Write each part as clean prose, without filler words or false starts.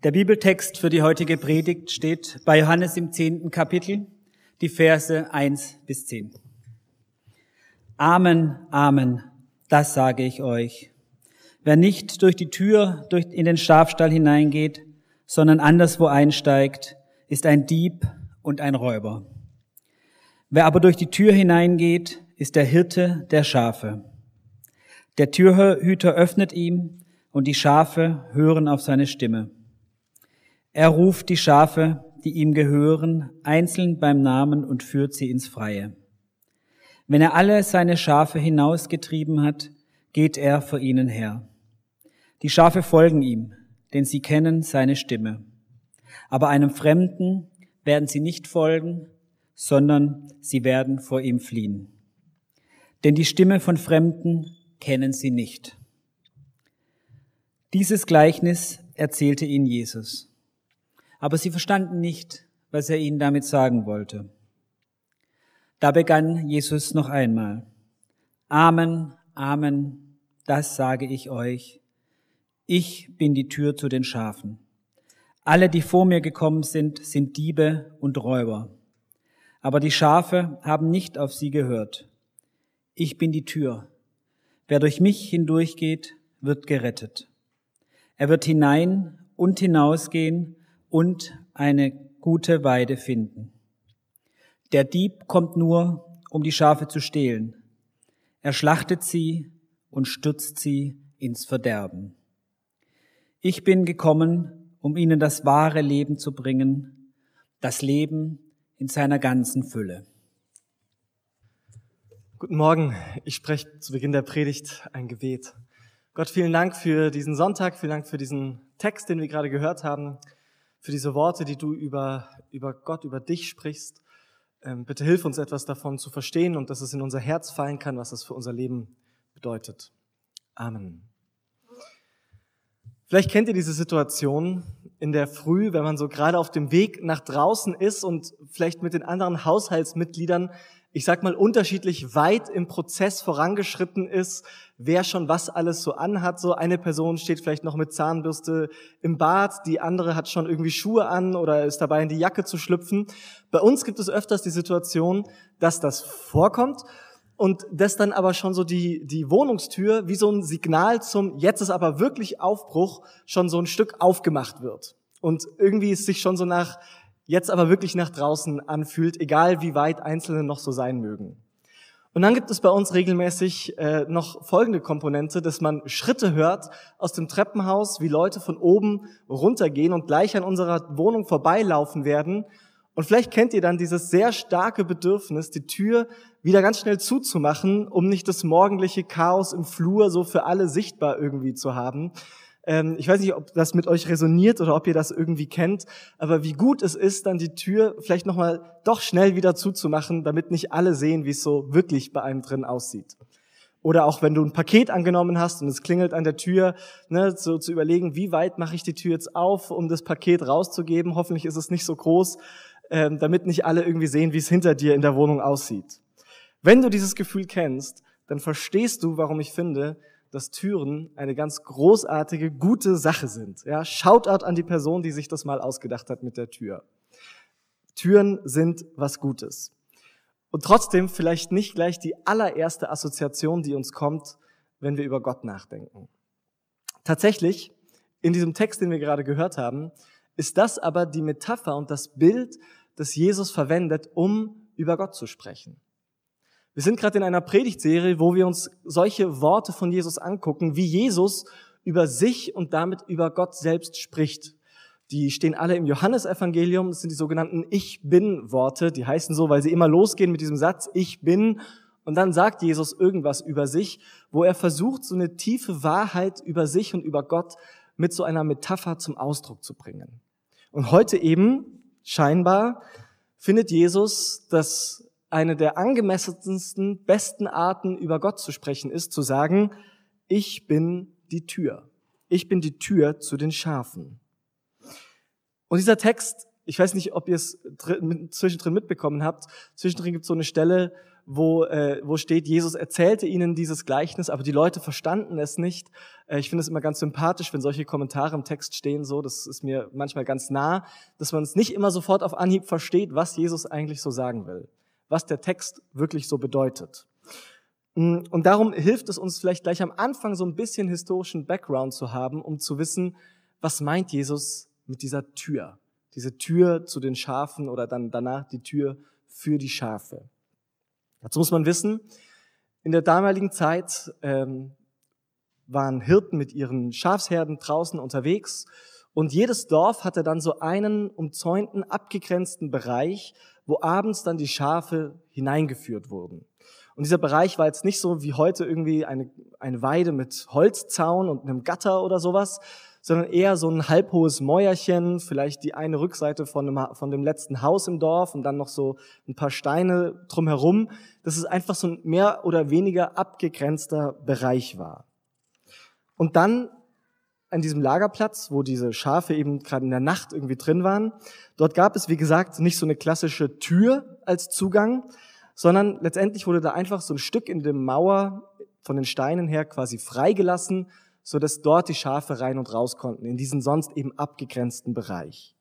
Der Bibeltext für die heutige Predigt steht bei Johannes im 10. Kapitel, die Verse 1 bis 10. Amen, Amen, das sage ich euch. Wer nicht durch die Tür in den Schafstall hineingeht, sondern anderswo einsteigt, ist ein Dieb und ein Räuber. Wer aber durch die Tür hineingeht, ist der Hirte der Schafe. Der Türhüter öffnet ihm, und die Schafe hören auf seine Stimme. Er ruft die Schafe, die ihm gehören, einzeln beim Namen und führt sie ins Freie. Wenn er alle seine Schafe hinausgetrieben hat, geht er vor ihnen her. Die Schafe folgen ihm, denn sie kennen seine Stimme. Aber einem Fremden werden sie nicht folgen, sondern sie werden vor ihm fliehen. Denn die Stimme von Fremden kennen sie nicht. Dieses Gleichnis erzählte ihnen Jesus. Aber sie verstanden nicht, was er ihnen damit sagen wollte. Da begann Jesus noch einmal. Amen, Amen, das sage ich euch. Ich bin die Tür zu den Schafen. Alle, die vor mir gekommen sind, sind Diebe und Räuber. Aber die Schafe haben nicht auf sie gehört. Ich bin die Tür. Wer durch mich hindurchgeht, wird gerettet. Er wird hinein und hinausgehen und eine gute Weide finden. Der Dieb kommt nur, um die Schafe zu stehlen. Er schlachtet sie und stürzt sie ins Verderben. Ich bin gekommen, um ihnen das wahre Leben zu bringen, das Leben in seiner ganzen Fülle. Guten Morgen, ich spreche zu Beginn der Predigt ein Gebet. Gott, vielen Dank für diesen Sonntag, vielen Dank für diesen Text, den wir gerade gehört haben, für diese Worte, die du über Gott, über dich sprichst. Bitte hilf uns etwas davon zu verstehen und dass es in unser Herz fallen kann, was es für unser Leben bedeutet. Amen. Vielleicht kennt ihr diese Situation in der Früh, wenn man so gerade auf dem Weg nach draußen ist und vielleicht mit den anderen Haushaltsmitgliedern, ich sag mal, unterschiedlich weit im Prozess vorangeschritten ist, wer schon was alles so anhat. So eine Person steht vielleicht noch mit Zahnbürste im Bad, die andere hat schon irgendwie Schuhe an oder ist dabei, in die Jacke zu schlüpfen. Bei uns gibt es öfters die Situation, dass das vorkommt und dass dann aber schon so die Wohnungstür wie so ein Signal zum jetzt ist aber wirklich Aufbruch schon so ein Stück aufgemacht wird. Und irgendwie es sich schon so nach jetzt aber wirklich nach draußen anfühlt, egal wie weit Einzelne noch so sein mögen. Und dann gibt es bei uns regelmäßig noch folgende Komponente, dass man Schritte hört aus dem Treppenhaus, wie Leute von oben runtergehen und gleich an unserer Wohnung vorbeilaufen werden. Und vielleicht kennt ihr dann dieses sehr starke Bedürfnis, die Tür wieder ganz schnell zuzumachen, um nicht das morgendliche Chaos im Flur so für alle sichtbar irgendwie zu haben. Ich weiß nicht, ob das mit euch resoniert oder ob ihr das irgendwie kennt, aber wie gut es ist, dann die Tür vielleicht nochmal doch schnell wieder zuzumachen, damit nicht alle sehen, wie es so wirklich bei einem drin aussieht. Oder auch wenn du ein Paket angenommen hast und es klingelt an der Tür, ne, so zu überlegen, wie weit mache ich die Tür jetzt auf, um das Paket rauszugeben. Hoffentlich ist es nicht so groß, damit nicht alle irgendwie sehen, wie es hinter dir in der Wohnung aussieht. Wenn du dieses Gefühl kennst, dann verstehst du, warum ich finde, dass Türen eine ganz großartige, gute Sache sind. Ja, Shoutout an die Person, die sich das mal ausgedacht hat mit der Tür. Türen sind was Gutes. Und trotzdem vielleicht nicht gleich die allererste Assoziation, die uns kommt, wenn wir über Gott nachdenken. Tatsächlich, in diesem Text, den wir gerade gehört haben, ist das aber die Metapher und das Bild, das Jesus verwendet, um über Gott zu sprechen. Wir sind gerade in einer Predigtserie, wo wir uns solche Worte von Jesus angucken, wie Jesus über sich und damit über Gott selbst spricht. Die stehen alle im Johannesevangelium, das sind die sogenannten Ich-Bin-Worte, die heißen so, weil sie immer losgehen mit diesem Satz, ich bin, und dann sagt Jesus irgendwas über sich, wo er versucht, so eine tiefe Wahrheit über sich und über Gott mit so einer Metapher zum Ausdruck zu bringen. Und heute eben, scheinbar, findet Jesus, dass eine der angemessensten, besten Arten, über Gott zu sprechen ist, zu sagen, ich bin die Tür. Ich bin die Tür zu den Schafen. Und dieser Text, ich weiß nicht, ob ihr es zwischendrin mitbekommen habt, zwischendrin gibt es so eine Stelle, wo steht, Jesus erzählte ihnen dieses Gleichnis, aber die Leute verstanden es nicht. Ich finde es immer ganz sympathisch, wenn solche Kommentare im Text stehen, so, das ist mir manchmal ganz nah, dass man es nicht immer sofort auf Anhieb versteht, was Jesus eigentlich so sagen will, was der Text wirklich so bedeutet. Und darum hilft es uns vielleicht gleich am Anfang so ein bisschen historischen Background zu haben, um zu wissen, was meint Jesus mit dieser Tür? Diese Tür zu den Schafen oder dann danach die Tür für die Schafe. Dazu muss man wissen, in der damaligen Zeit waren Hirten mit ihren Schafsherden draußen unterwegs und jedes Dorf hatte dann so einen umzäunten, abgegrenzten Bereich, wo abends dann die Schafe hineingeführt wurden. Und dieser Bereich war jetzt nicht so wie heute irgendwie eine Weide mit Holzzaun und einem Gatter oder sowas, sondern eher so ein halbhohes Mäuerchen, vielleicht die eine Rückseite von dem letzten Haus im Dorf und dann noch so ein paar Steine drumherum, dass es einfach so ein mehr oder weniger abgegrenzter Bereich war. Und dann an diesem Lagerplatz, wo diese Schafe eben gerade in der Nacht irgendwie drin waren, dort gab es, wie gesagt, nicht so eine klassische Tür als Zugang, sondern letztendlich wurde da einfach so ein Stück in der Mauer von den Steinen her quasi freigelassen, so dass dort die Schafe rein und raus konnten, in diesen sonst eben abgegrenzten Bereich.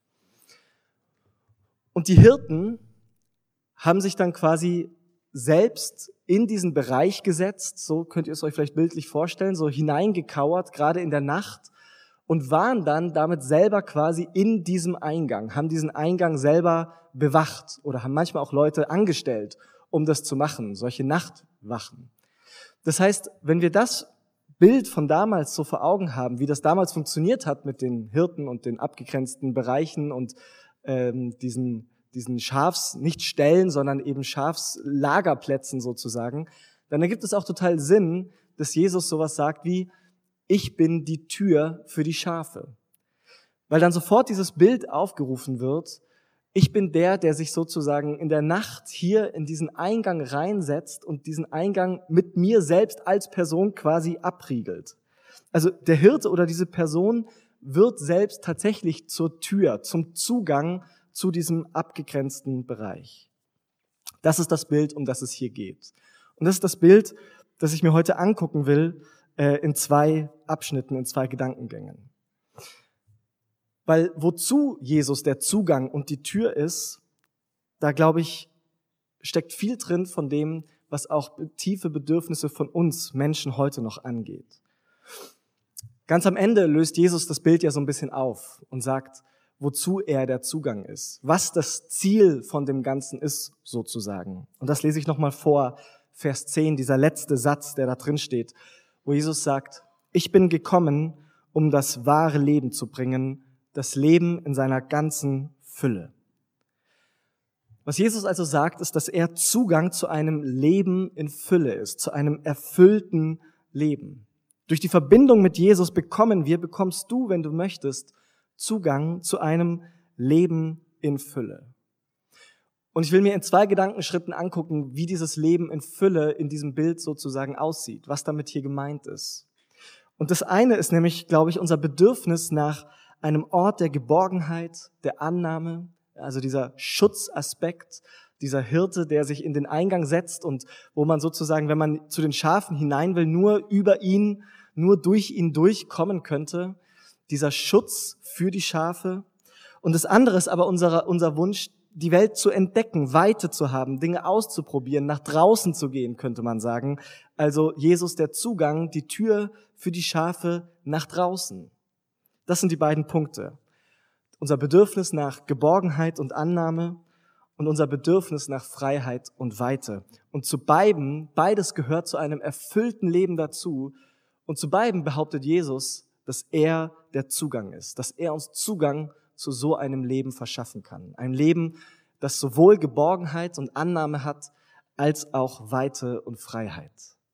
Und die Hirten haben sich dann quasi selbst in diesen Bereich gesetzt, so könnt ihr es euch vielleicht bildlich vorstellen, so hineingekauert, gerade in der Nacht, und waren dann damit selber quasi in diesem Eingang, haben diesen Eingang selber bewacht oder haben manchmal auch Leute angestellt, um das zu machen, solche Nachtwachen. Das heißt, wenn wir das Bild von damals so vor Augen haben, wie das damals funktioniert hat mit den Hirten und den abgegrenzten Bereichen und diesen Schafs, nicht Ställen, sondern eben Schafslagerplätzen sozusagen, dann ergibt es auch total Sinn, dass Jesus sowas sagt wie, ich bin die Tür für die Schafe. Weil dann sofort dieses Bild aufgerufen wird, ich bin der sich sozusagen in der Nacht hier in diesen Eingang reinsetzt und diesen Eingang mit mir selbst als Person quasi abriegelt. Also der Hirte oder diese Person wird selbst tatsächlich zur Tür, zum Zugang zu diesem abgegrenzten Bereich. Das ist das Bild, um das es hier geht. Und das ist das Bild, das ich mir heute angucken will, in 2 Abschnitten, in 2 Gedankengängen. Weil wozu Jesus der Zugang und die Tür ist, da glaube ich, steckt viel drin von dem, was auch tiefe Bedürfnisse von uns Menschen heute noch angeht. Ganz am Ende löst Jesus das Bild ja so ein bisschen auf und sagt, wozu er der Zugang ist, was das Ziel von dem Ganzen ist sozusagen. Und das lese ich nochmal vor, Vers 10, dieser letzte Satz, der da drin steht, wo Jesus sagt, ich bin gekommen, um das wahre Leben zu bringen, das Leben in seiner ganzen Fülle. Was Jesus also sagt, ist, dass er Zugang zu einem Leben in Fülle ist, zu einem erfüllten Leben. Durch die Verbindung mit Jesus bekommst du, wenn du möchtest, Zugang zu einem Leben in Fülle. Und ich will mir in 2 Gedankenschritten angucken, wie dieses Leben in Fülle in diesem Bild sozusagen aussieht, was damit hier gemeint ist. Und das eine ist nämlich, glaube ich, unser Bedürfnis nach einem Ort der Geborgenheit, der Annahme, also dieser Schutzaspekt, dieser Hirte, der sich in den Eingang setzt und wo man sozusagen, wenn man zu den Schafen hinein will, nur durch ihn durchkommen könnte, dieser Schutz für die Schafe. Und das andere ist aber unser Wunsch, die Welt zu entdecken, Weite zu haben, Dinge auszuprobieren, nach draußen zu gehen, könnte man sagen. Also Jesus der Zugang, die Tür für die Schafe nach draußen. Das sind die beiden Punkte. Unser Bedürfnis nach Geborgenheit und Annahme und unser Bedürfnis nach Freiheit und Weite. Und zu beiden, beides gehört zu einem erfüllten Leben dazu. Und zu beiden behauptet Jesus, dass er der Zugang ist, dass er uns Zugang zu so einem Leben verschaffen kann. Ein Leben, das sowohl Geborgenheit und Annahme hat, als auch Weite und Freiheit.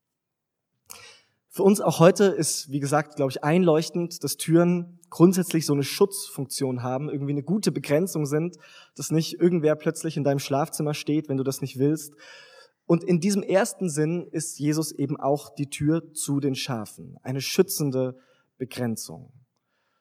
Für uns auch heute ist, wie gesagt, glaube ich, einleuchtend, dass Türen grundsätzlich so eine Schutzfunktion haben, irgendwie eine gute Begrenzung sind, dass nicht irgendwer plötzlich in deinem Schlafzimmer steht, wenn du das nicht willst. Und in diesem ersten Sinn ist Jesus eben auch die Tür zu den Schafen, eine schützende Begrenzung.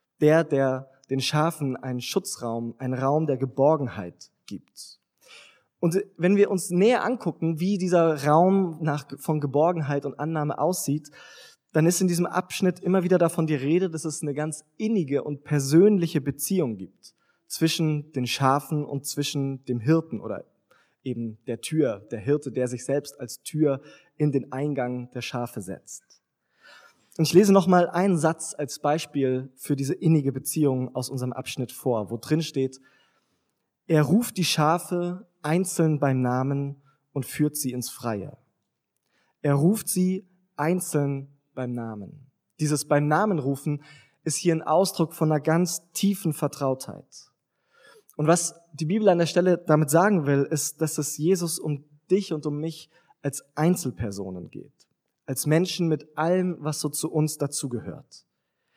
Der den Schafen einen Schutzraum, einen Raum der Geborgenheit gibt. Und wenn wir uns näher angucken, wie dieser Raum von Geborgenheit und Annahme aussieht, dann ist in diesem Abschnitt immer wieder davon die Rede, dass es eine ganz innige und persönliche Beziehung gibt zwischen den Schafen und zwischen dem Hirten oder eben der Tür, der Hirte, der sich selbst als Tür in den Eingang der Schafe setzt. Und ich lese nochmal einen Satz als Beispiel für diese innige Beziehung aus unserem Abschnitt vor, wo drin steht: Er ruft die Schafe einzeln beim Namen und führt sie ins Freie. Er ruft sie einzeln beim Namen. Dieses beim Namen rufen ist hier ein Ausdruck von einer ganz tiefen Vertrautheit. Und was die Bibel an der Stelle damit sagen will, ist, dass es Jesus um dich und um mich als Einzelpersonen geht. Als Menschen mit allem, was so zu uns dazugehört.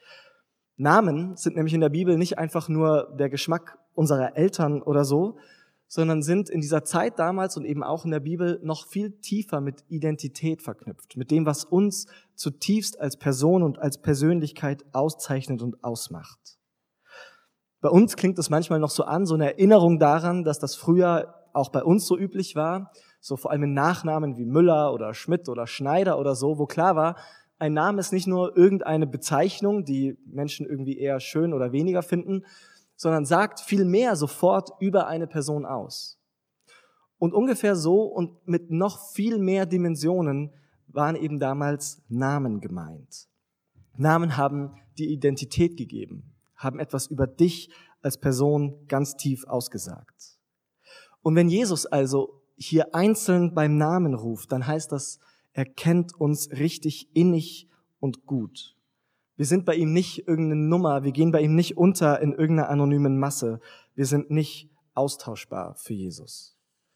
Namen sind nämlich in der Bibel nicht einfach nur der Geschmack unserer Eltern oder so, sondern sind in dieser Zeit damals und eben auch in der Bibel noch viel tiefer mit Identität verknüpft, mit dem, was uns zutiefst als Person und als Persönlichkeit auszeichnet und ausmacht. Bei uns klingt es manchmal noch so an, so eine Erinnerung daran, dass das früher auch bei uns so üblich war, so vor allem in Nachnamen wie Müller oder Schmidt oder Schneider oder so, wo klar war, ein Name ist nicht nur irgendeine Bezeichnung, die Menschen irgendwie eher schön oder weniger finden, sondern sagt viel mehr sofort über eine Person aus. Und ungefähr so und mit noch viel mehr Dimensionen waren eben damals Namen gemeint. Namen haben die Identität gegeben, haben etwas über dich als Person ganz tief ausgesagt. Und wenn Jesus also hier einzeln beim Namen ruft, dann heißt das, er kennt uns richtig innig und gut. Wir sind bei ihm nicht irgendeine Nummer, wir gehen bei ihm nicht unter in irgendeiner anonymen Masse. Wir sind nicht austauschbar für Jesus.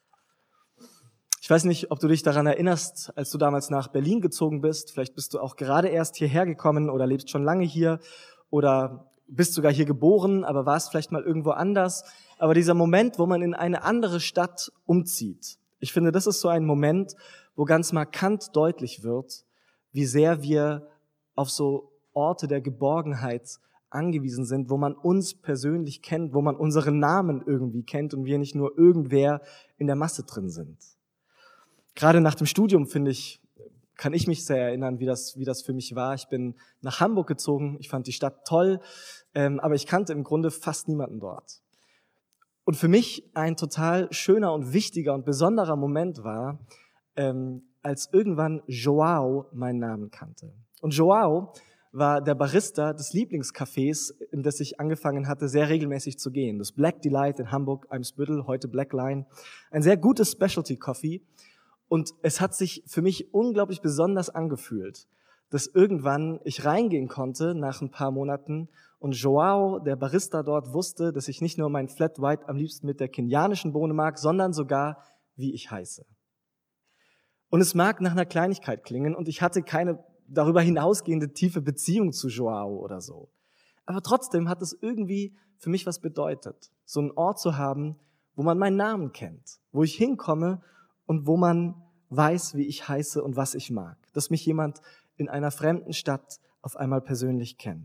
Ich weiß nicht, ob du dich daran erinnerst, als du damals nach Berlin gezogen bist. Vielleicht bist du auch gerade erst hierher gekommen oder lebst schon lange hier oder bist sogar hier geboren, aber warst vielleicht mal irgendwo anders. Aber dieser Moment, wo man in eine andere Stadt umzieht, ich finde, das ist so ein Moment, wo ganz markant deutlich wird, wie sehr wir auf so Orte der Geborgenheit angewiesen sind, wo man uns persönlich kennt, wo man unseren Namen irgendwie kennt und wir nicht nur irgendwer in der Masse drin sind. Gerade nach dem Studium, finde ich, kann ich mich sehr erinnern, wie das für mich war. Ich bin nach Hamburg gezogen, ich fand die Stadt toll, aber ich kannte im Grunde fast niemanden dort. Und für mich ein total schöner und wichtiger und besonderer Moment war, als irgendwann Joao meinen Namen kannte. Und Joao war der Barista des Lieblingscafés, in das ich angefangen hatte, sehr regelmäßig zu gehen. Das Black Delight in Hamburg, Eimsbüttel, heute Black Line. Ein sehr gutes Specialty Coffee. Und es hat sich für mich unglaublich besonders angefühlt, dass irgendwann ich reingehen konnte nach ein paar Monaten und Joao, der Barista dort, wusste, dass ich nicht nur mein Flat White am liebsten mit der kenianischen Bohne mag, sondern sogar, wie ich heiße. Und es mag nach einer Kleinigkeit klingen und ich hatte keine darüber hinausgehende tiefe Beziehung zu Joao oder so. Aber trotzdem hat es irgendwie für mich was bedeutet, so einen Ort zu haben, wo man meinen Namen kennt, wo ich hinkomme und wo man weiß, wie ich heiße und was ich mag. Dass mich jemand in einer fremden Stadt auf einmal persönlich kennt.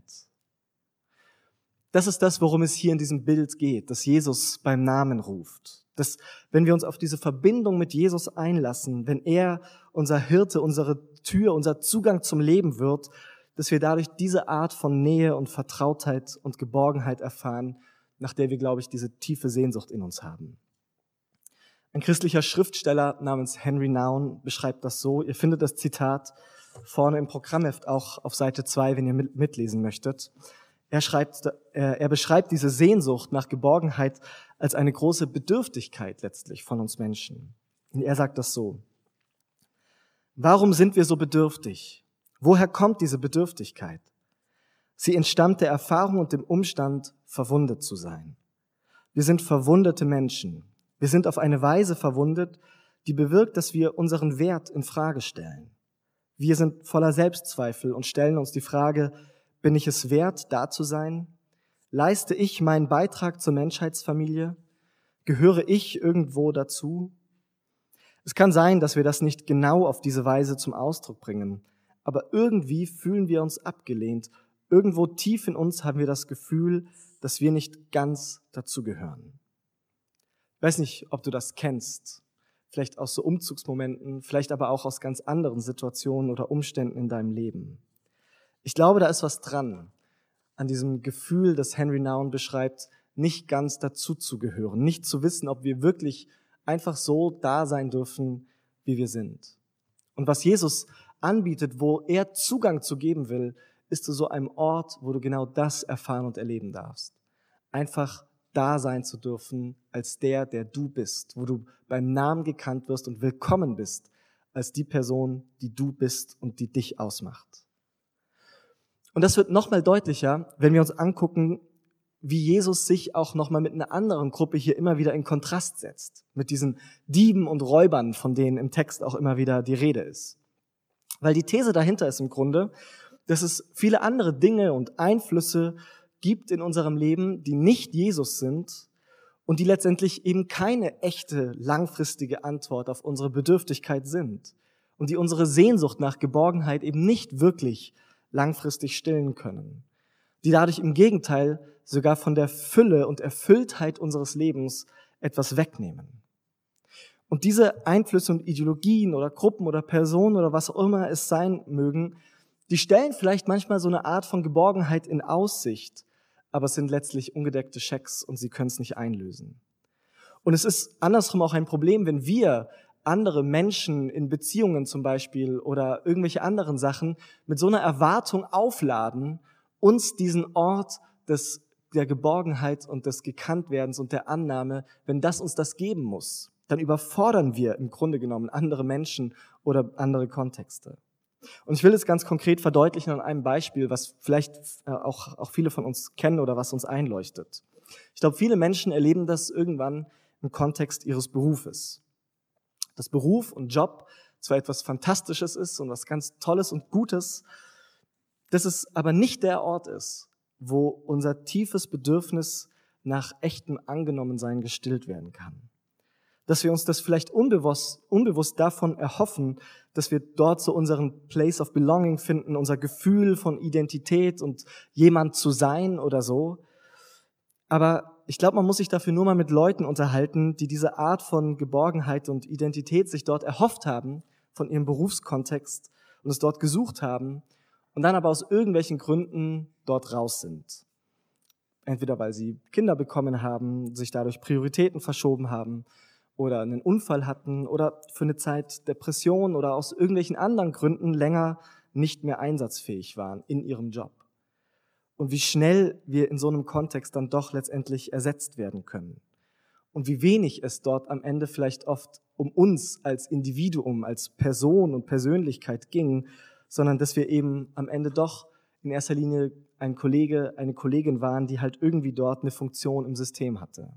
Das ist das, worum es hier in diesem Bild geht, dass Jesus beim Namen ruft. Dass, wenn wir uns auf diese Verbindung mit Jesus einlassen, wenn er unser Hirte, unsere Tür, unser Zugang zum Leben wird, dass wir dadurch diese Art von Nähe und Vertrautheit und Geborgenheit erfahren, nach der wir, glaube ich, diese tiefe Sehnsucht in uns haben. Ein christlicher Schriftsteller namens Henry Nouwen beschreibt das so. Ihr findet das Zitat vorne im Programmheft auch auf Seite 2, wenn ihr mitlesen möchtet. Er beschreibt diese Sehnsucht nach Geborgenheit als eine große Bedürftigkeit letztlich von uns Menschen. Und er sagt das so: Warum sind wir so bedürftig? Woher kommt diese Bedürftigkeit? Sie entstammt der Erfahrung und dem Umstand, verwundet zu sein. Wir sind verwundete Menschen. Wir sind auf eine Weise verwundet, die bewirkt, dass wir unseren Wert in Frage stellen. Wir sind voller Selbstzweifel und stellen uns die Frage: Bin ich es wert, da zu sein? Leiste ich meinen Beitrag zur Menschheitsfamilie? Gehöre ich irgendwo dazu? Es kann sein, dass wir das nicht genau auf diese Weise zum Ausdruck bringen, aber irgendwie fühlen wir uns abgelehnt. Irgendwo tief in uns haben wir das Gefühl, dass wir nicht ganz dazugehören. Ich weiß nicht, ob du das kennst, vielleicht aus so Umzugsmomenten, vielleicht aber auch aus ganz anderen Situationen oder Umständen in deinem Leben. Ich glaube, da ist was dran an diesem Gefühl, das Henry Nouwen beschreibt, nicht ganz dazuzugehören, nicht zu wissen, ob wir wirklich einfach so da sein dürfen, wie wir sind. Und was Jesus anbietet, wo er Zugang zu geben will, ist zu so einem Ort, wo du genau das erfahren und erleben darfst. Einfach da sein zu dürfen als der du bist, wo du beim Namen gekannt wirst und willkommen bist als die Person, die du bist und die dich ausmacht. Und das wird nochmal deutlicher, wenn wir uns angucken, wie Jesus sich auch nochmal mit einer anderen Gruppe hier immer wieder in Kontrast setzt. Mit diesen Dieben und Räubern, von denen im Text auch immer wieder die Rede ist. Weil die These dahinter ist im Grunde, dass es viele andere Dinge und Einflüsse gibt in unserem Leben, die nicht Jesus sind und die letztendlich eben keine echte, langfristige Antwort auf unsere Bedürftigkeit sind und die unsere Sehnsucht nach Geborgenheit eben nicht wirklich langfristig stillen können, die dadurch im Gegenteil sogar von der Fülle und Erfülltheit unseres Lebens etwas wegnehmen. Und diese Einflüsse und Ideologien oder Gruppen oder Personen oder was auch immer es sein mögen, die stellen vielleicht manchmal so eine Art von Geborgenheit in Aussicht, aber es sind letztlich ungedeckte Schecks und sie können es nicht einlösen. Und es ist andersrum auch ein Problem, wenn wir andere Menschen in Beziehungen zum Beispiel oder irgendwelche anderen Sachen mit so einer Erwartung aufladen, uns diesen Ort der Geborgenheit und des Gekanntwerdens und der Annahme, wenn das uns das geben muss, dann überfordern wir im Grunde genommen andere Menschen oder andere Kontexte. Und ich will es ganz konkret verdeutlichen an einem Beispiel, was vielleicht auch viele von uns kennen oder was uns einleuchtet. Ich glaube, viele Menschen erleben das irgendwann im Kontext ihres Berufes. Dass Beruf und Job zwar etwas Fantastisches ist und was ganz Tolles und Gutes, dass es aber nicht der Ort ist, wo unser tiefes Bedürfnis nach echtem Angenommensein gestillt werden kann. Dass wir uns das vielleicht unbewusst davon erhoffen, dass wir dort so unseren Place of Belonging finden, unser Gefühl von Identität und jemand zu sein oder so. Aber ich glaube, man muss sich dafür nur mal mit Leuten unterhalten, die diese Art von Geborgenheit und Identität sich dort erhofft haben, von ihrem Berufskontext und es dort gesucht haben und dann aber aus irgendwelchen Gründen dort raus sind. Entweder weil sie Kinder bekommen haben, sich dadurch Prioritäten verschoben haben oder einen Unfall hatten oder für eine Zeit Depression oder aus irgendwelchen anderen Gründen länger nicht mehr einsatzfähig waren in ihrem Job. Und wie schnell wir in so einem Kontext dann doch letztendlich ersetzt werden können. Und wie wenig es dort am Ende vielleicht oft um uns als Individuum, als Person und Persönlichkeit ging, sondern dass wir eben am Ende doch in erster Linie ein Kollege, eine Kollegin waren, die halt irgendwie dort eine Funktion im System hatte.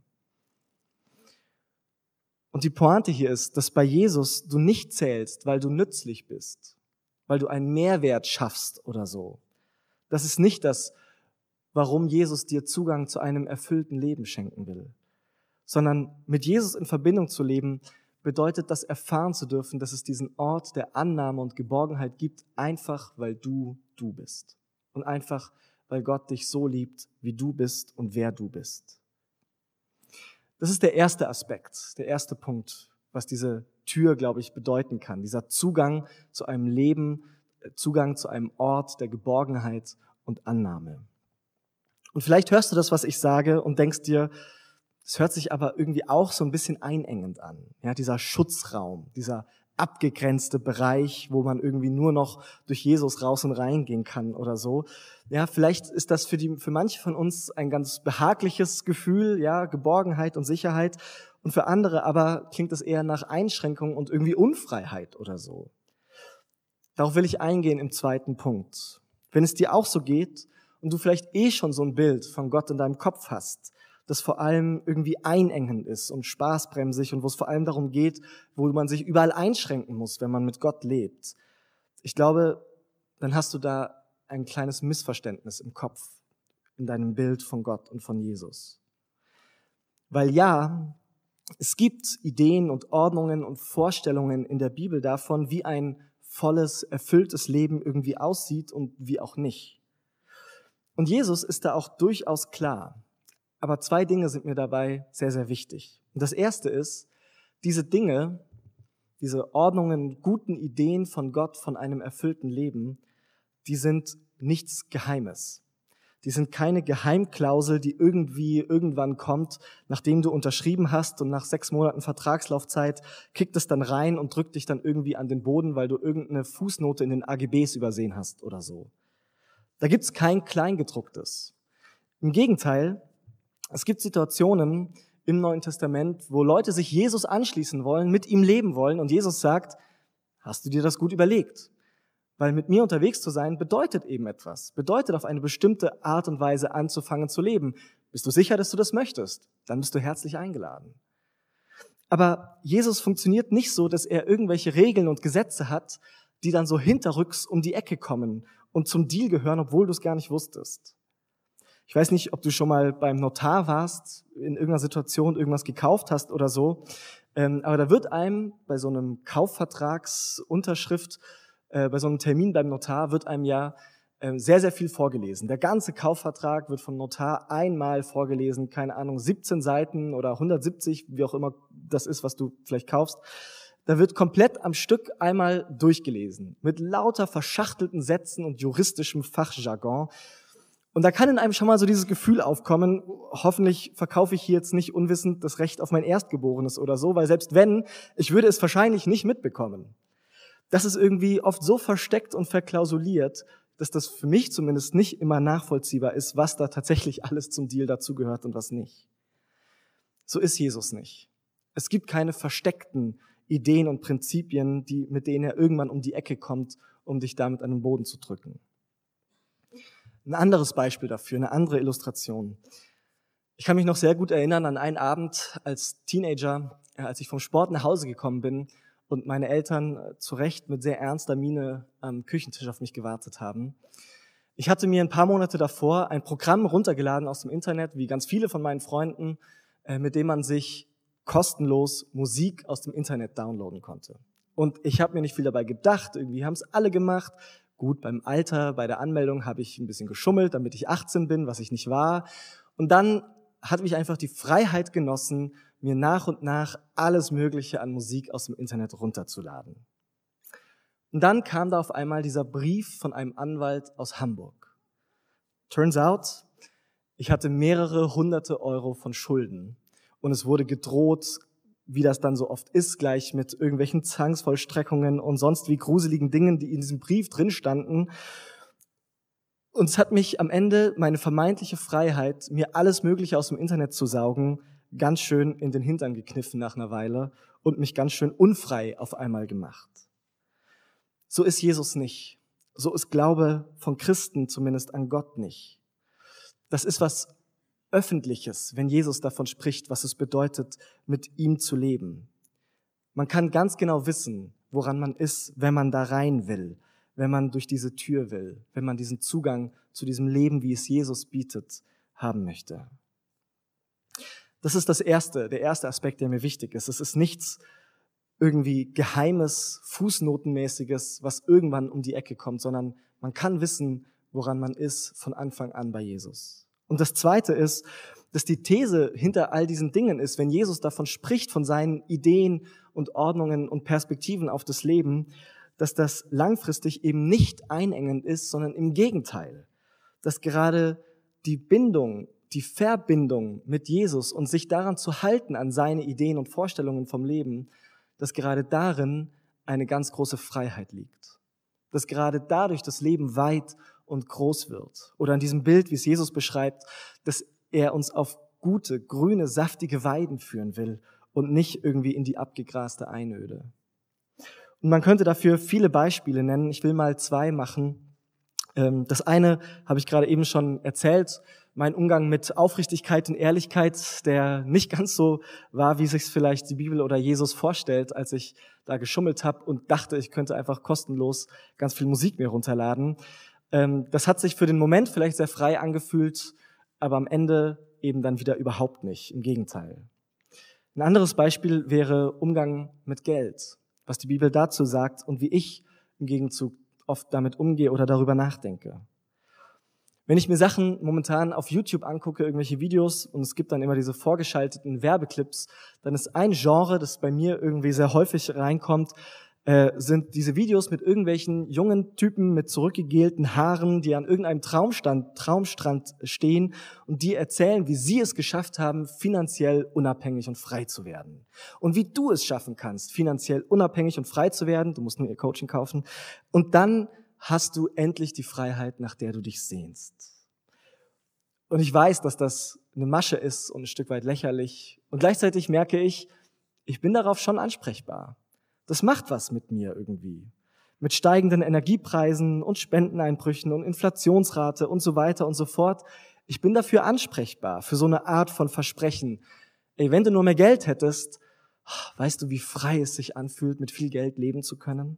Und die Pointe hier ist, dass bei Jesus du nicht zählst, weil du nützlich bist, weil du einen Mehrwert schaffst oder so. Das ist nicht das, warum Jesus dir Zugang zu einem erfüllten Leben schenken will, sondern mit Jesus in Verbindung zu leben, bedeutet das erfahren zu dürfen, dass es diesen Ort der Annahme und Geborgenheit gibt, einfach weil du bist und einfach weil Gott dich so liebt, wie du bist und wer du bist. Das ist der erste Aspekt, der erste Punkt, was diese Tür, glaube ich, bedeuten kann. Dieser Zugang zu einem Leben, Zugang zu einem Ort der Geborgenheit und Annahme. Und vielleicht hörst du das, was ich sage und denkst dir, es hört sich aber irgendwie auch so ein bisschen einengend an. Ja, dieser Schutzraum, dieser abgegrenzte Bereich, wo man irgendwie nur noch durch Jesus raus und reingehen kann oder so. Ja, vielleicht ist das für manche von uns ein ganz behagliches Gefühl, ja, Geborgenheit und Sicherheit. Und für andere aber klingt es eher nach Einschränkung und irgendwie Unfreiheit oder so. Darauf will ich eingehen im zweiten Punkt. Wenn es dir auch so geht und du vielleicht schon so ein Bild von Gott in deinem Kopf hast, das vor allem irgendwie einengend ist und spaßbremsig und wo es vor allem darum geht, wo man sich überall einschränken muss, wenn man mit Gott lebt. Ich glaube, dann hast du da ein kleines Missverständnis im Kopf, in deinem Bild von Gott und von Jesus. Weil ja, es gibt Ideen und Ordnungen und Vorstellungen in der Bibel davon, wie ein volles, erfülltes Leben irgendwie aussieht und wie auch nicht. Und Jesus ist da auch durchaus klar. Aber 2 Dinge sind mir dabei sehr, sehr wichtig. Und das erste ist, diese Dinge, diese Ordnungen, guten Ideen von Gott, von einem erfüllten Leben, die sind nichts Geheimes. Die sind keine Geheimklausel, die irgendwie irgendwann kommt, nachdem du unterschrieben hast und nach 6 Monaten Vertragslaufzeit kickt es dann rein und drückt dich dann irgendwie an den Boden, weil du irgendeine Fußnote in den AGBs übersehen hast oder so. Da gibt's kein Kleingedrucktes. Im Gegenteil, es gibt Situationen im Neuen Testament, wo Leute sich Jesus anschließen wollen, mit ihm leben wollen und Jesus sagt, hast du dir das gut überlegt? Weil mit mir unterwegs zu sein bedeutet eben etwas, bedeutet auf eine bestimmte Art und Weise anzufangen zu leben. Bist du sicher, dass du das möchtest? Dann bist du herzlich eingeladen. Aber Jesus funktioniert nicht so, dass er irgendwelche Regeln und Gesetze hat, die dann so hinterrücks um die Ecke kommen und zum Deal gehören, obwohl du es gar nicht wusstest. Ich weiß nicht, ob du schon mal beim Notar warst, in irgendeiner Situation irgendwas gekauft hast oder so, aber da wird einem bei so einem Kaufvertragsunterschrift, bei so einem Termin beim Notar wird einem ja sehr, sehr viel vorgelesen. Der ganze Kaufvertrag wird vom Notar einmal vorgelesen, keine Ahnung, 17 Seiten oder 170, wie auch immer das ist, was du vielleicht kaufst. Da wird komplett am Stück einmal durchgelesen, mit lauter verschachtelten Sätzen und juristischem Fachjargon. Und da kann in einem schon mal so dieses Gefühl aufkommen, hoffentlich verkaufe ich hier jetzt nicht unwissend das Recht auf mein Erstgeborenes oder so, weil selbst wenn, ich würde es wahrscheinlich nicht mitbekommen. Das ist irgendwie oft so versteckt und verklausuliert, dass das für mich zumindest nicht immer nachvollziehbar ist, was da tatsächlich alles zum Deal dazugehört und was nicht. So ist Jesus nicht. Es gibt keine versteckten Ideen und Prinzipien, mit denen er irgendwann um die Ecke kommt, um dich damit an den Boden zu drücken. Ein anderes Beispiel dafür, eine andere Illustration. Ich kann mich noch sehr gut erinnern an einen Abend als Teenager, als ich vom Sport nach Hause gekommen bin und meine Eltern zu Recht mit sehr ernster Miene am Küchentisch auf mich gewartet haben. Ich hatte mir ein paar Monate davor ein Programm runtergeladen aus dem Internet, wie ganz viele von meinen Freunden, mit dem man sich kostenlos Musik aus dem Internet downloaden konnte. Und ich habe mir nicht viel dabei gedacht, irgendwie haben es alle gemacht. Gut, beim Alter, bei der Anmeldung habe ich ein bisschen geschummelt, damit ich 18 bin, was ich nicht war. Und dann hatte ich einfach die Freiheit genossen, mir nach und nach alles Mögliche an Musik aus dem Internet runterzuladen. Und dann kam da auf einmal dieser Brief von einem Anwalt aus Hamburg. Turns out, ich hatte mehrere hunderte Euro von Schulden und es wurde gedroht, wie das dann so oft ist, gleich mit irgendwelchen Zwangsvollstreckungen und sonst wie gruseligen Dingen, die in diesem Brief drin standen. Und es hat mich am Ende, meine vermeintliche Freiheit, mir alles Mögliche aus dem Internet zu saugen, ganz schön in den Hintern gekniffen nach einer Weile und mich ganz schön unfrei auf einmal gemacht. So ist Jesus nicht. So ist Glaube von Christen zumindest an Gott nicht. Das ist was Öffentliches, wenn Jesus davon spricht, was es bedeutet, mit ihm zu leben. Man kann ganz genau wissen, woran man ist, wenn man da rein will, wenn man durch diese Tür will, wenn man diesen Zugang zu diesem Leben, wie es Jesus bietet, haben möchte. Das ist der erste Aspekt, der mir wichtig ist. Es ist nichts irgendwie Geheimes, Fußnotenmäßiges, was irgendwann um die Ecke kommt, sondern man kann wissen, woran man ist von Anfang an bei Jesus. Und das Zweite ist, dass die These hinter all diesen Dingen ist, wenn Jesus davon spricht, von seinen Ideen und Ordnungen und Perspektiven auf das Leben, dass das langfristig eben nicht einengend ist, sondern im Gegenteil, dass gerade die Bindung, die Verbindung mit Jesus und sich daran zu halten, an seine Ideen und Vorstellungen vom Leben, dass gerade darin eine ganz große Freiheit liegt. Dass gerade dadurch das Leben weit und groß wird. Oder an diesem Bild, wie es Jesus beschreibt, dass er uns auf gute, grüne, saftige Weiden führen will und nicht irgendwie in die abgegraste Einöde. Und man könnte dafür viele Beispiele nennen. Ich will mal 2 machen. Das eine habe ich gerade eben schon erzählt, mein Umgang mit Aufrichtigkeit und Ehrlichkeit, der nicht ganz so war, wie sich vielleicht die Bibel oder Jesus vorstellt, als ich da geschummelt habe und dachte, ich könnte einfach kostenlos ganz viel Musik mir runterladen. Das hat sich für den Moment vielleicht sehr frei angefühlt, aber am Ende eben dann wieder überhaupt nicht, im Gegenteil. Ein anderes Beispiel wäre Umgang mit Geld, was die Bibel dazu sagt und wie ich im Gegenzug oft damit umgehe oder darüber nachdenke. Wenn ich mir Sachen momentan auf YouTube angucke, irgendwelche Videos, und es gibt dann immer diese vorgeschalteten Werbeclips, dann ist ein Genre, das bei mir irgendwie sehr häufig reinkommt, sind diese Videos mit irgendwelchen jungen Typen mit zurückgegelten Haaren, die an irgendeinem Traumstrand stehen und die erzählen, wie sie es geschafft haben, finanziell unabhängig und frei zu werden. Und wie du es schaffen kannst, finanziell unabhängig und frei zu werden, du musst nur ihr Coaching kaufen, und dann hast du endlich die Freiheit, nach der du dich sehnst. Und ich weiß, dass das eine Masche ist und ein Stück weit lächerlich. Und gleichzeitig merke ich bin darauf schon ansprechbar. Das macht was mit mir irgendwie. Mit steigenden Energiepreisen und Spendeneinbrüchen und Inflationsrate und so weiter und so fort. Ich bin dafür ansprechbar, für so eine Art von Versprechen. Ey, wenn du nur mehr Geld hättest, weißt du, wie frei es sich anfühlt, mit viel Geld leben zu können?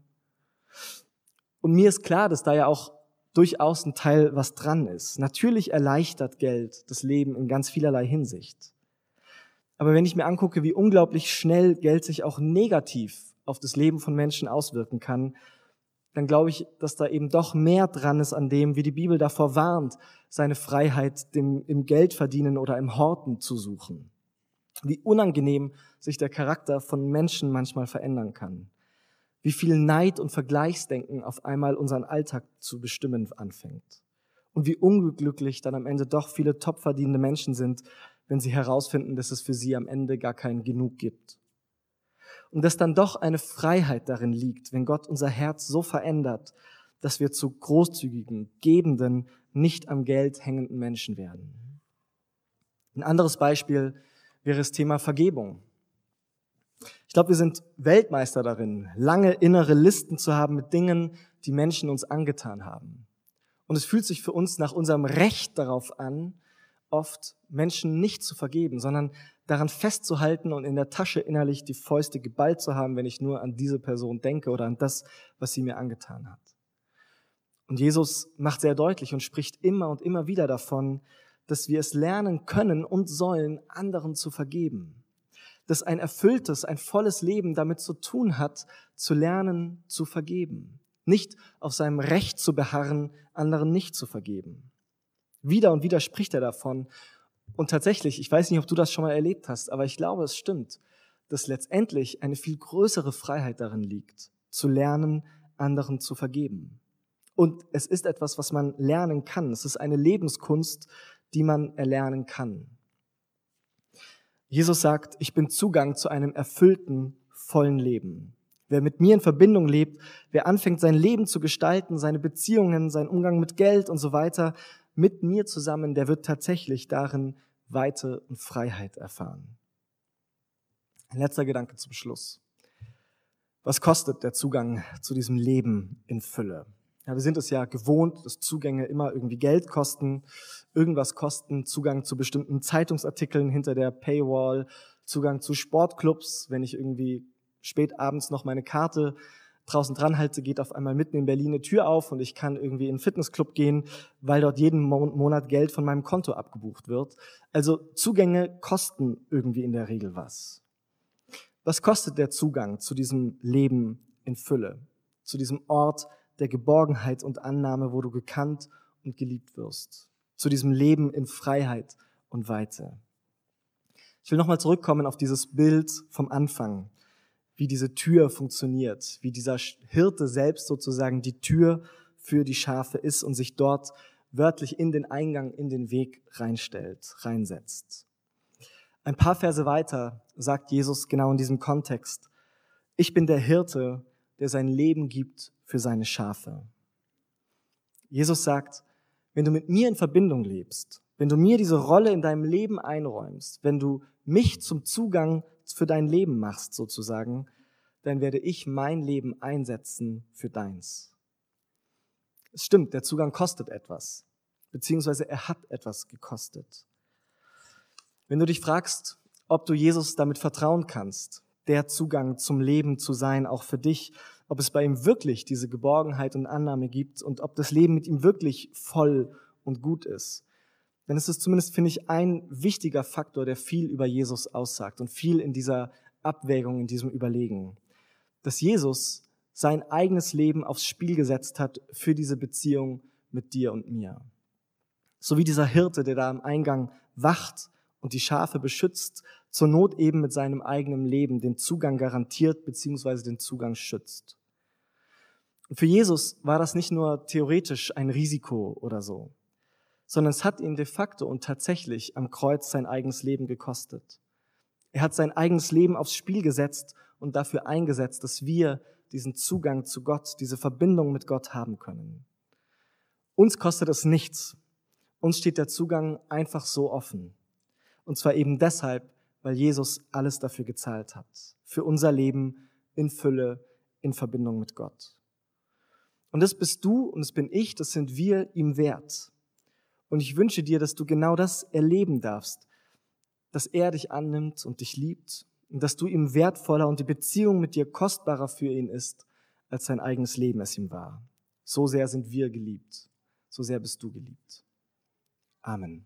Und mir ist klar, dass da ja auch durchaus ein Teil was dran ist. Natürlich erleichtert Geld das Leben in ganz vielerlei Hinsicht. Aber wenn ich mir angucke, wie unglaublich schnell Geld sich auch negativ auf das Leben von Menschen auswirken kann, dann glaube ich, dass da eben doch mehr dran ist an dem, wie die Bibel davor warnt, seine Freiheit im Geldverdienen oder im Horten zu suchen. Wie unangenehm sich der Charakter von Menschen manchmal verändern kann. Wie viel Neid und Vergleichsdenken auf einmal unseren Alltag zu bestimmen anfängt. Und wie unglücklich dann am Ende doch viele topverdienende Menschen sind, wenn sie herausfinden, dass es für sie am Ende gar kein Genug gibt. Und dass dann doch eine Freiheit darin liegt, wenn Gott unser Herz so verändert, dass wir zu großzügigen, gebenden, nicht am Geld hängenden Menschen werden. Ein anderes Beispiel wäre das Thema Vergebung. Ich glaube, wir sind Weltmeister darin, lange innere Listen zu haben mit Dingen, die Menschen uns angetan haben. Und es fühlt sich für uns nach unserem Recht darauf an, oft Menschen nicht zu vergeben, sondern daran festzuhalten und in der Tasche innerlich die Fäuste geballt zu haben, wenn ich nur an diese Person denke oder an das, was sie mir angetan hat. Und Jesus macht sehr deutlich und spricht immer und immer wieder davon, dass wir es lernen können und sollen, anderen zu vergeben. Dass ein erfülltes, ein volles Leben damit zu tun hat, zu lernen, zu vergeben. Nicht auf seinem Recht zu beharren, anderen nicht zu vergeben. Wieder und wieder spricht er davon. Und tatsächlich, ich weiß nicht, ob du das schon mal erlebt hast, aber ich glaube, es stimmt, dass letztendlich eine viel größere Freiheit darin liegt, zu lernen, anderen zu vergeben. Und es ist etwas, was man lernen kann. Es ist eine Lebenskunst, die man erlernen kann. Jesus sagt, ich bin Zugang zu einem erfüllten, vollen Leben. Wer mit mir in Verbindung lebt, wer anfängt, sein Leben zu gestalten, seine Beziehungen, seinen Umgang mit Geld und so weiter, mit mir zusammen, der wird tatsächlich darin Weite und Freiheit erfahren. Ein letzter Gedanke zum Schluss. Was kostet der Zugang zu diesem Leben in Fülle? Ja, wir sind es ja gewohnt, dass Zugänge immer irgendwie Geld kosten, irgendwas kosten, Zugang zu bestimmten Zeitungsartikeln hinter der Paywall, Zugang zu Sportclubs, wenn ich irgendwie spät abends noch meine Karte draußen dran halte, geht auf einmal mitten in Berlin eine Tür auf und ich kann irgendwie in einen Fitnessclub gehen, weil dort jeden Monat Geld von meinem Konto abgebucht wird. Also Zugänge kosten irgendwie in der Regel was. Was kostet der Zugang zu diesem Leben in Fülle, zu diesem Ort der Geborgenheit und Annahme, wo du gekannt und geliebt wirst, zu diesem Leben in Freiheit und Weite? Ich will nochmal zurückkommen auf dieses Bild vom Anfang, wie diese Tür funktioniert, wie dieser Hirte selbst sozusagen die Tür für die Schafe ist und sich dort wörtlich in den Eingang, in den Weg reinsetzt. Ein paar Verse weiter sagt Jesus genau in diesem Kontext: Ich bin der Hirte, der sein Leben gibt für seine Schafe. Jesus sagt, wenn du mit mir in Verbindung lebst, wenn du mir diese Rolle in deinem Leben einräumst, wenn du mich zum Zugang für dein Leben machst sozusagen, dann werde ich mein Leben einsetzen für deins. Es stimmt, der Zugang kostet etwas, beziehungsweise er hat etwas gekostet. Wenn du dich fragst, ob du Jesus damit vertrauen kannst, der Zugang zum Leben zu sein, auch für dich, ob es bei ihm wirklich diese Geborgenheit und Annahme gibt und ob das Leben mit ihm wirklich voll und gut ist, dann ist es zumindest, finde ich, ein wichtiger Faktor, der viel über Jesus aussagt und viel in dieser Abwägung, in diesem Überlegen. Dass Jesus sein eigenes Leben aufs Spiel gesetzt hat für diese Beziehung mit dir und mir. So wie dieser Hirte, der da am Eingang wacht und die Schafe beschützt, zur Not eben mit seinem eigenen Leben den Zugang garantiert bzw. den Zugang schützt. Und für Jesus war das nicht nur theoretisch ein Risiko oder so, sondern es hat ihn de facto und tatsächlich am Kreuz sein eigenes Leben gekostet. Er hat sein eigenes Leben aufs Spiel gesetzt und dafür eingesetzt, dass wir diesen Zugang zu Gott, diese Verbindung mit Gott haben können. Uns kostet es nichts. Uns steht der Zugang einfach so offen. Und zwar eben deshalb, weil Jesus alles dafür gezahlt hat. Für unser Leben in Fülle, in Verbindung mit Gott. Und das bist du und das bin ich, das sind wir ihm wert. Und ich wünsche dir, dass du genau das erleben darfst, dass er dich annimmt und dich liebt und dass du ihm wertvoller und die Beziehung mit dir kostbarer für ihn ist, als sein eigenes Leben es ihm war. So sehr sind wir geliebt, so sehr bist du geliebt. Amen.